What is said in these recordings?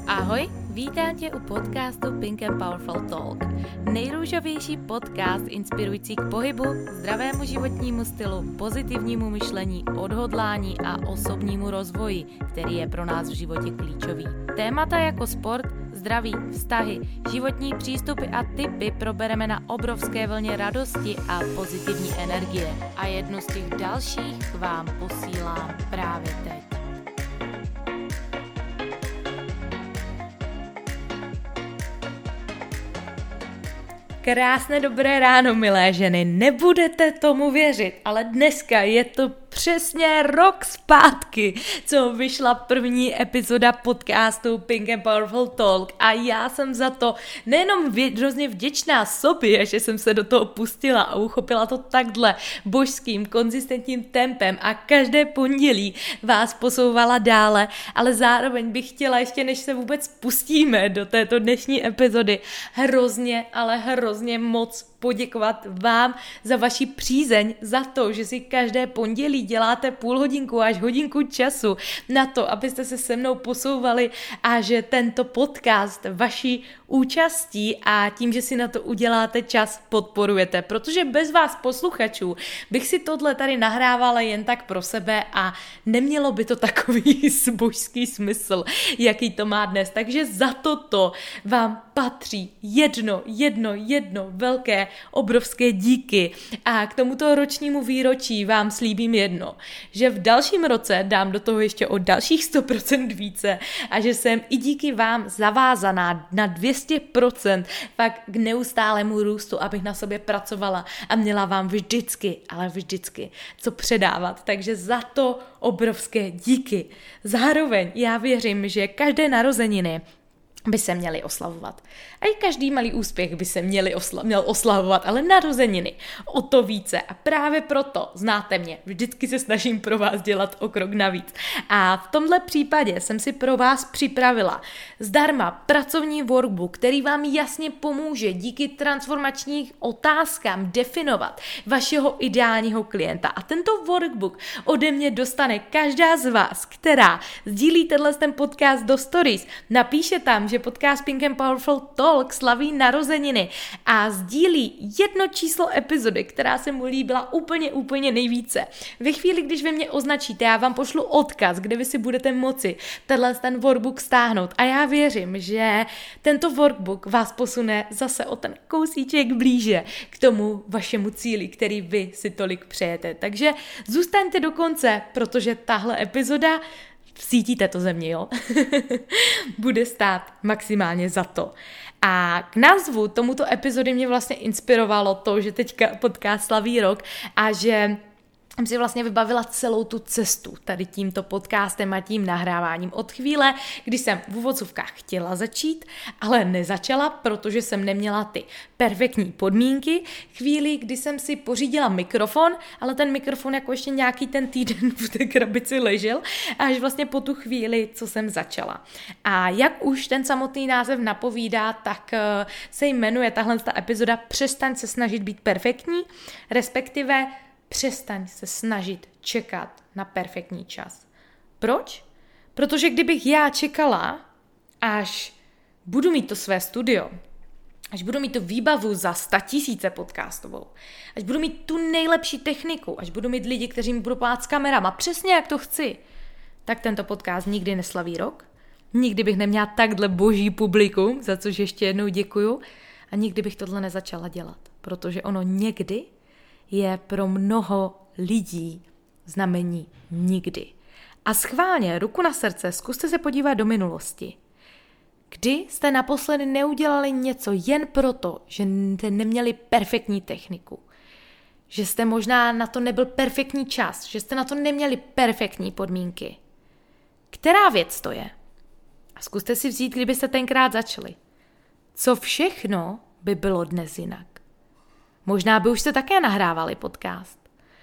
Ahoj, vítám tě u podcastu Pink and Powerful Talk. Nejrůžovější podcast inspirující k pohybu, zdravému životnímu stylu, pozitivnímu myšlení, odhodlání a osobnímu rozvoji, který je pro nás v životě klíčový. Témata jako sport, zdraví, vztahy, životní přístupy a tipy probereme na obrovské vlně radosti a pozitivní energie. A jednu z těch dalších k vám posílám právě teď. Krásné dobré ráno, milé ženy. Nebudete tomu věřit, ale dneska je to přesně rok zpátky, co vyšla první epizoda podcastu Pink and Powerful Talk a já jsem za to nejenom hrozně vděčná sobě, že jsem se do toho pustila a uchopila to takhle božským, konzistentním tempem a každé pondělí vás posouvala dále, ale zároveň bych chtěla ještě, než se vůbec pustíme do této dnešní epizody, hrozně moc poděkovat vám za vaši přízeň, za to, že si každé pondělí děláte půl hodinku až hodinku času na to, abyste se se mnou posouvali a že tento podcast vaší účastí a tím, že si na to uděláte čas, podporujete, protože bez vás posluchačů bych si tohle tady nahrávala jen tak pro sebe a nemělo by to takový božský smysl, jaký to má dnes, takže za toto vám patří jedno velké obrovské díky a k tomuto ročnímu výročí vám slíbím jedno, že v dalším roce dám do toho ještě o dalších 100% více a že jsem i díky vám zavázaná na 200% pak k neustálému růstu, abych na sobě pracovala a měla vám vždycky co předávat, takže za to obrovské díky. Zároveň já věřím, že každé narozeniny by se měli oslavovat. A i každý malý úspěch by se měl oslavovat, ale narozeniny o to více. A právě proto, znáte mě, vždycky se snažím pro vás dělat o krok navíc. A v tomhle případě jsem si pro vás připravila zdarma pracovní workbook, který vám jasně pomůže díky transformačním otázkám definovat vašeho ideálního klienta. A tento workbook ode mě dostane každá z vás, která sdílí ten podcast do stories, napíše tam, že podcast Pink and Powerful Talk slaví narozeniny a sdílí jedno číslo epizody, která se mu líbila úplně nejvíce. Ve chvíli, když vy mě označíte, já vám pošlu odkaz, kde vy si budete moci ten workbook stáhnout a já věřím, že tento workbook vás posune zase o ten kousíček blíže k tomu vašemu cíli, který vy si tolik přejete. Takže zůstaňte do konce, protože tahle epizoda cítíte to ze mě, jo? Bude stát maximálně za to. A k názvu tomuto epizody mě vlastně inspirovalo to, že teďka podcast slaví rok a že jsem si vlastně vybavila celou tu cestu tady tímto podcastem a tím nahráváním od chvíle, kdy jsem v uvozovkách chtěla začít, ale nezačala, protože jsem neměla ty perfektní podmínky. Chvíli, kdy jsem si pořídila mikrofon, ale ten mikrofon jako ještě nějaký ten týden v té krabici ležel, až vlastně po tu chvíli, co jsem začala. A jak už ten samotný název napovídá, tak se jmenuje tahle epizoda Přestaň se snažit být perfektní, respektive přestaň se snažit čekat na perfektní čas. Proč? Protože kdybych já čekala, až budu mít to své studio, až budu mít tu výbavu za 100 000 podcastovou, až budu mít tu nejlepší techniku, až budu mít lidi, kteří mi budou pomáhat s kamerama, přesně jak to chci, tak tento podcast nikdy neslaví rok, nikdy bych neměla takhle boží publikum, za což ještě jednou děkuju, a nikdy bych tohle nezačala dělat, protože ono někdy je pro mnoho lidí znamení nikdy. A schválně, ruku na srdce, zkuste se podívat do minulosti. Kdy jste naposledy neudělali něco jen proto, že jste neměli perfektní techniku? Že jste možná na to nebyl perfektní čas? Že jste na to neměli perfektní podmínky? Která věc to je? A zkuste si vzít, kdybyste tenkrát začali. Co všechno by bylo dnes jinak? Možná by už jste také nahrávali podcast.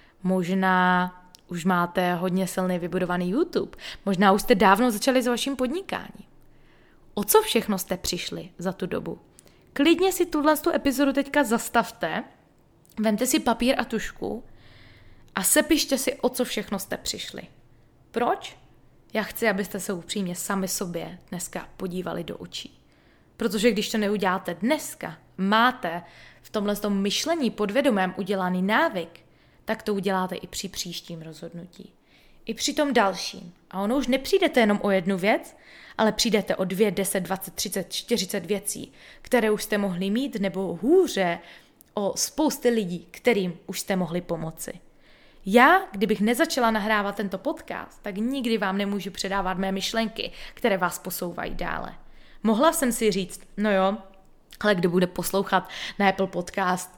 Možná už máte hodně silný vybudovaný YouTube. Možná už jste dávno začali s vaším podnikáním. O co všechno jste přišli za tu dobu? Klidně si tu epizodu teďka zastavte, vemte si papír a tužku a sepište si, o co všechno jste přišli. Proč? Já chci, abyste se upřímně sami sobě dneska podívali do očí. Protože když to neuděláte dneska, máte v tomhle myšlení podvědomém udělaný návyk, tak to uděláte i při příštím rozhodnutí. I při tom dalším. A ono už nepřijdete jenom o jednu věc, ale přijdete o 2, 10, 20, 30, 40 věcí, které už jste mohli mít, nebo hůře o spousty lidí, kterým už jste mohli pomoci. Já, kdybych nezačala nahrávat tento podcast, tak nikdy vám nemůžu předávat mé myšlenky, které vás posouvají dále. Mohla jsem si říct, no jo, ale kdo bude poslouchat na Apple Podcast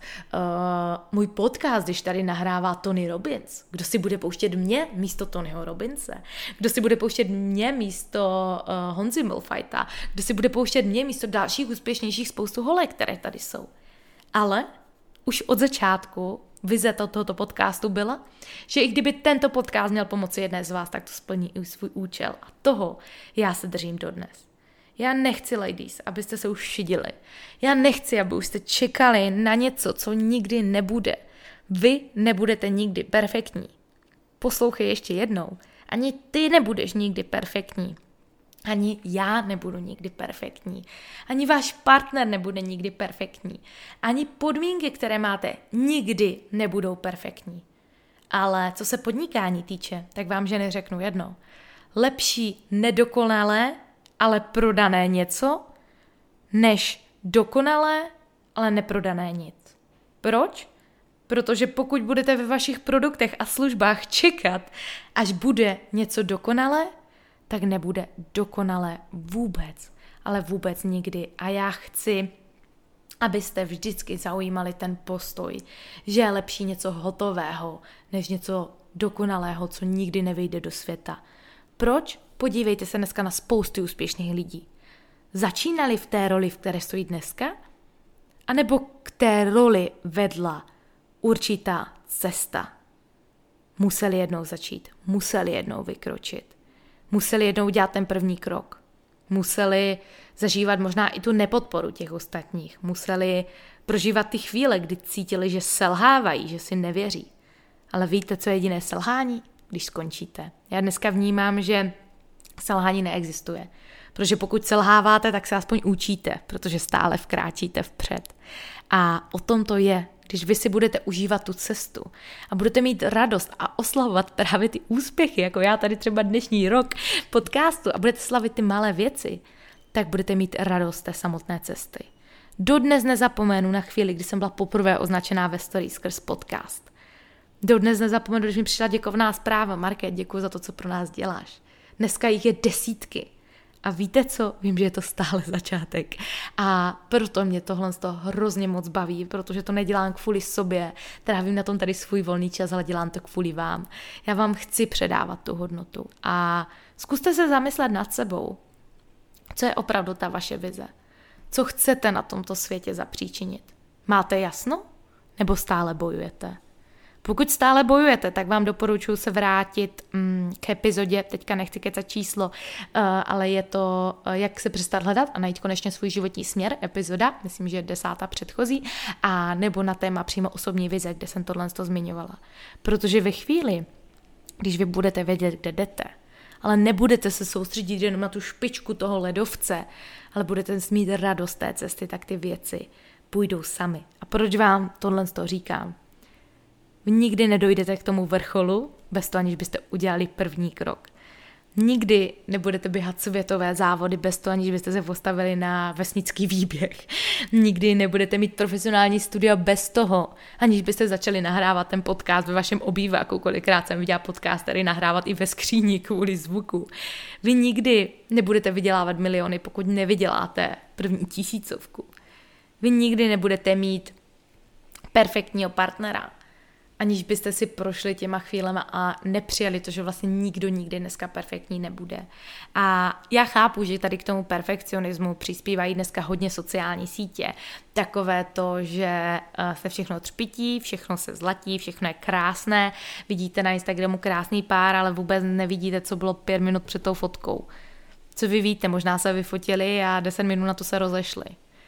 můj podcast, když tady nahrává Tony Robbins? Kdo si bude pouštět mě místo Tonyho Robbinse? Kdo si bude pouštět mě místo Honzy Mulfighta? Kdo si bude pouštět mě místo dalších úspěšnějších spoustu holek, které tady jsou? Ale už od začátku vize tohoto podcastu byla, že i kdyby tento podcast měl pomoci jedné z vás, tak to splní i svůj účel. A toho já se držím dodnes. Já nechci, ladies, abyste se už šidili. Já nechci, aby už jste čekali na něco, co nikdy nebude. Vy nebudete nikdy perfektní. Poslouchej ještě jednou. Ani ty nebudeš nikdy perfektní. Ani já nebudu nikdy perfektní. Ani váš partner nebude nikdy perfektní. Ani podmínky, které máte, nikdy nebudou perfektní. Ale co se podnikání týče, tak vám ženy řeknu jedno. Lepší nedokonalé, ale prodané něco, než dokonalé, ale neprodané nic. Proč? Protože pokud budete ve vašich produktech a službách čekat, až bude něco dokonalé, tak nebude dokonalé vůbec, ale vůbec nikdy. A já chci, abyste vždycky zaujímali ten postoj, že je lepší něco hotového, než něco dokonalého, co nikdy nevyjde do světa. Proč? Podívejte se dneska na spousty úspěšných lidí. Začínali v té roli, v které stojí dneska? A nebo k té roli vedla určitá cesta? Museli jednou začít, museli jednou vykročit. Museli jednou dělat ten první krok. Museli zažívat možná i tu nepodporu těch ostatních. Museli prožívat ty chvíle, kdy cítili, že selhávají, že si nevěří. Ale víte, co je jediné selhání? Když skončíte. Já dneska vnímám, že selhání neexistuje. Protože pokud selháváte, tak se aspoň učíte, protože stále vkráčíte vpřed. A o tom to je, když vy si budete užívat tu cestu a budete mít radost a oslavovat právě ty úspěchy, jako já tady třeba dnešní rok podcastu a budete slavit ty malé věci, tak budete mít radost té samotné cesty. Dodnes nezapomenu na chvíli, kdy jsem byla poprvé označená ve story skrz podcast. Dodnes nezapomenu, když mi přišla děkovná zpráva. Marké, děkuji za to, co pro nás děláš. Dneska jich je desítky. A víte co? Vím, že je to stále začátek. A proto mě tohle z toho hrozně moc baví, protože to nedělám kvůli sobě, trávím na tom tady svůj volný čas, ale dělám to kvůli vám. Já vám chci předávat tu hodnotu. A zkuste se zamyslet nad sebou, co je opravdu ta vaše vize. Co chcete na tomto světě zapříčinit? Máte jasno? Nebo stále bojujete? Pokud stále bojujete, tak vám doporučuji se vrátit k epizodě, teďka nechci kecat číslo, ale je to jak se přestat hledat a najít konečně svůj životní směr, epizoda, myslím, že je 10. předchozí, a nebo na téma přímo osobní vize, kde jsem tohle zmiňovala. Protože ve chvíli, když vy budete vědět, kde jdete, ale nebudete se soustředit jenom na tu špičku toho ledovce, ale budete mít radost té cesty, tak ty věci půjdou sami. A proč vám tohle říkám? Vy nikdy nedojdete k tomu vrcholu, bez toho, aniž byste udělali první krok. Nikdy nebudete běhat světové závody bez toho, aniž byste se postavili na vesnický výběh. Nikdy nebudete mít profesionální studio bez toho, aniž byste začali nahrávat ten podcast ve vašem obýváku. Kolikrát jsem viděla podcastery nahrávat i ve skříni kvůli zvuku. Vy nikdy nebudete vydělávat miliony, pokud nevyděláte první 1000. Vy nikdy nebudete mít perfektního partnera, aniž byste si prošli těma chvílema a nepřijali to, že vlastně nikdo nikdy dneska perfektní nebude. A já chápu, že tady k tomu perfekcionismu přispívají dneska hodně sociální sítě. Takové to, že se všechno třpití, všechno se zlatí, všechno je krásné. Vidíte na Instagramu krásný pár, ale vůbec nevidíte, co bylo 5 minut před tou fotkou. Co vy víte, možná se vyfotili a 10 minut na to se rozešli.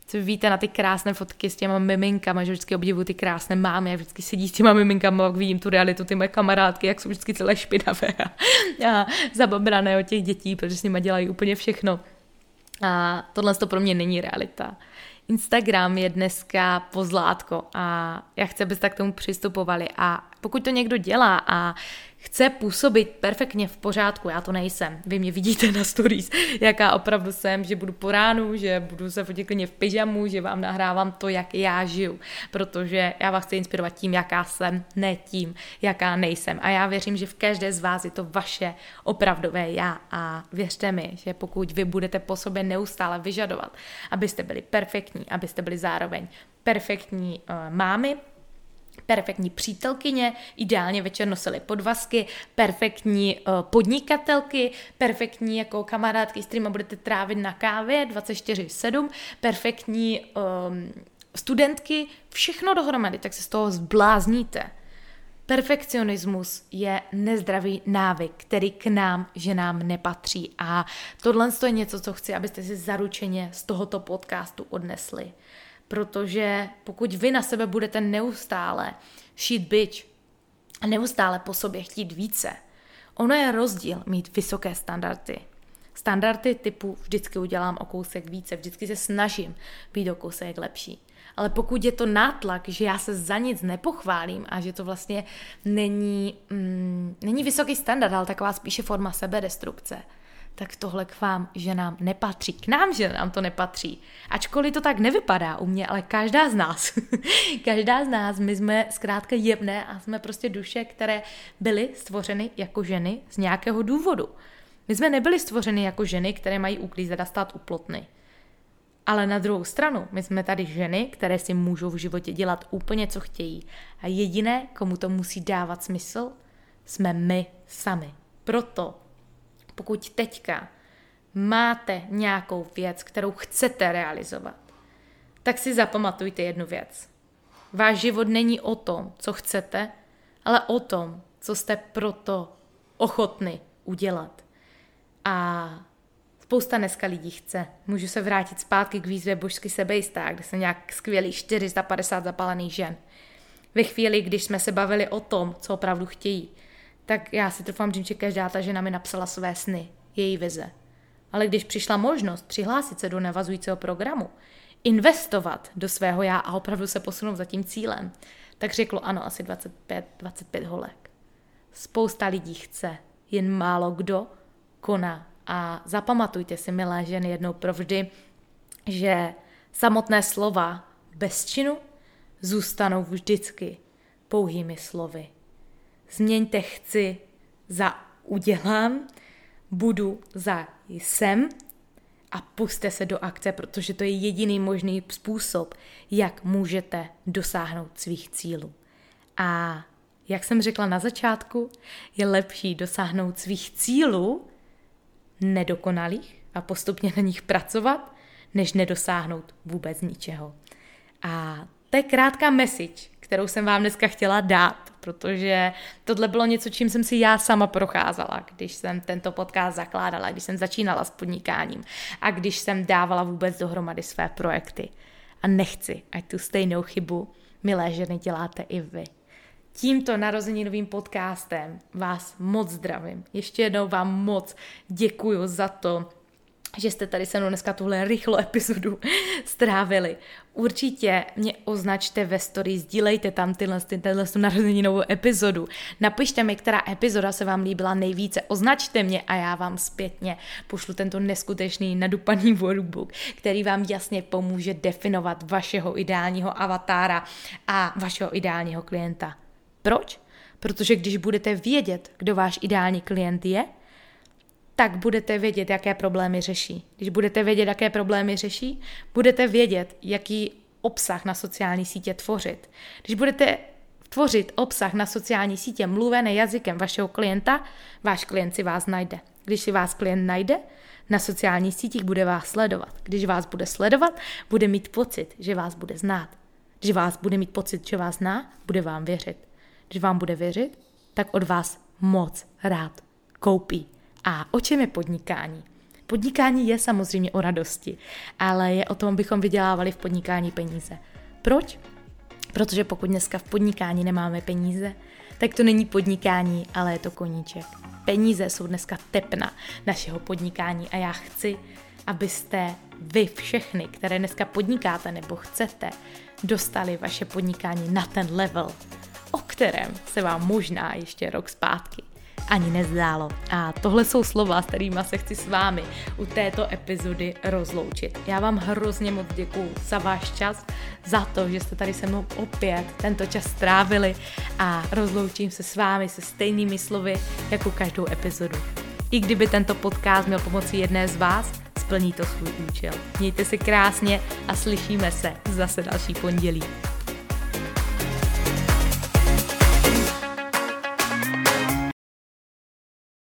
Co víte na ty krásné fotky s těma miminkama, že vždycky obdivuju ty krásné mámy a vždycky sedí s těma miminkama, pak vidím tu realitu, ty moje kamarádky, jak jsou vždycky celé špinavé a zababrané od těch dětí, protože s nima dělají úplně všechno. A tohle to pro mě není realita. Instagram je dneska pozlátko a já chci, abyste k tomu přistupovali a pokud to někdo dělá a chce působit perfektně v pořádku, já to nejsem. Vy mě vidíte na stories, jaká opravdu jsem, že budu po ránu, že budu se fotit klidně v pyžamu, že vám nahrávám to, jak já žiju, protože já vás chci inspirovat tím, jaká jsem, ne tím, jaká nejsem. A já věřím, že v každé z vás je to vaše opravdové já a věřte mi, že pokud vy budete po sobě neustále vyžadovat, abyste byli perfektní, abyste byli zároveň perfektní mámy, perfektní přítelkyně, ideálně večer nosily podvazky, perfektní podnikatelky, perfektní jako kamarádky, s kterými budete trávit na kávě 24/7, perfektní studentky, všechno dohromady, tak se z toho zblázníte. Perfekcionismus je nezdravý návyk, který k nám, ženám, nepatří a tohle je něco, co chci, abyste si zaručeně z tohoto podcastu odnesli. Protože pokud vy na sebe budete neustále šít bič a neustále po sobě chtít více, ono je rozdíl mít vysoké standardy. Standardy typu vždycky udělám o kousek více, vždycky se snažím být o kousek lepší. Ale pokud je to nátlak, že já se za nic nepochválím a že to vlastně není vysoký standard, ale taková spíše forma sebedestrukce, tak tohle k vám ženám nepatří. K nám ženám to nepatří. Ačkoliv to tak nevypadá u mě, ale každá z nás, my jsme zkrátka jemné a jsme prostě duše, které byly stvořeny jako ženy z nějakého důvodu. My jsme nebyli stvořeny jako ženy, které mají uklízet a stát u plotny. Ale na druhou stranu, my jsme tady ženy, které si můžou v životě dělat úplně, co chtějí. A jediné, komu to musí dávat smysl, jsme my sami. Proto pokud teďka máte nějakou věc, kterou chcete realizovat, tak si zapamatujte jednu věc. Váš život není o tom, co chcete, ale o tom, co jste proto ochotni udělat. A spousta dneska lidí chce. Můžu se vrátit zpátky k výzvě Božsky sebejistá, kde jsem nějak skvělých 450 zapálených žen. Ve chvíli, když jsme se bavili o tom, co opravdu chtějí, tak já si trvám, že každá ta žena mi napsala své sny, její vize. Ale když přišla možnost přihlásit se do navazujícího programu, investovat do svého já a opravdu se posunout za tím cílem, tak řeklo ano, asi 25 holek. Spousta lidí chce, jen málo kdo koná. A zapamatujte si, milé ženy, jednou provždy, že samotné slova bez činu zůstanou vždycky pouhými slovy. Změňte chci za udělám, budu za jsem a pusťte se do akce, protože to je jediný možný způsob, jak můžete dosáhnout svých cílů. A jak jsem řekla na začátku, je lepší dosáhnout svých cílů nedokonalých a postupně na nich pracovat, než nedosáhnout vůbec ničeho. A to je krátká message, kterou jsem vám dneska chtěla dát, protože tohle bylo něco, čím jsem si já sama procházela, když jsem tento podcast zakládala, když jsem začínala s podnikáním a když jsem dávala vůbec dohromady své projekty. A nechci, ať tu stejnou chybu, milé ženy, děláte i vy. Tímto narozeninovým podcastem vás moc zdravím. Ještě jednou vám moc děkuju za to, že jste tady se mnou dneska tuhle rychlou epizodu strávili. Určitě mě označte ve story, sdílejte tam tyhle narozeninovou epizodu. Napište mi, která epizoda se vám líbila nejvíce, označte mě a já vám zpětně pošlu tento neskutečný nadupaný workbook, který vám jasně pomůže definovat vašeho ideálního avatára a vašeho ideálního klienta. Proč? Protože když budete vědět, kdo váš ideální klient je, tak budete vědět, jaké problémy řeší. Když budete vědět, jaké problémy řeší, budete vědět, jaký obsah na sociální sítě tvořit. Když budete tvořit obsah na sociální sítě mluvený jazykem vašeho klienta, váš klient si vás najde. Když si vás klient najde, na sociálních sítích bude vás sledovat. Když vás bude sledovat, bude mít pocit, že vás bude znát. Když vás bude mít pocit, že vás zná, bude vám věřit. Když vám bude věřit, tak od vás moc rád koupí. A o čem je podnikání? Podnikání je samozřejmě o radosti, ale je o tom, abychom vydělávali v podnikání peníze. Proč? Protože pokud dneska v podnikání nemáme peníze, tak to není podnikání, ale je to koníček. Peníze jsou dneska tepna našeho podnikání a já chci, abyste vy všechny, které dneska podnikáte nebo chcete, dostali vaše podnikání na ten level, o kterém se vám možná ještě rok zpátky ani nezdálo. A tohle jsou slova, s kterými se chci s vámi u této epizody rozloučit. Já vám hrozně moc děkuju za váš čas, za to, že jste tady se mnou opět tento čas strávili a rozloučím se s vámi se stejnými slovy jako každou epizodu. I kdyby tento podcast měl pomoci jedné z vás, splní to svůj účel. Mějte se krásně a slyšíme se zase další pondělí.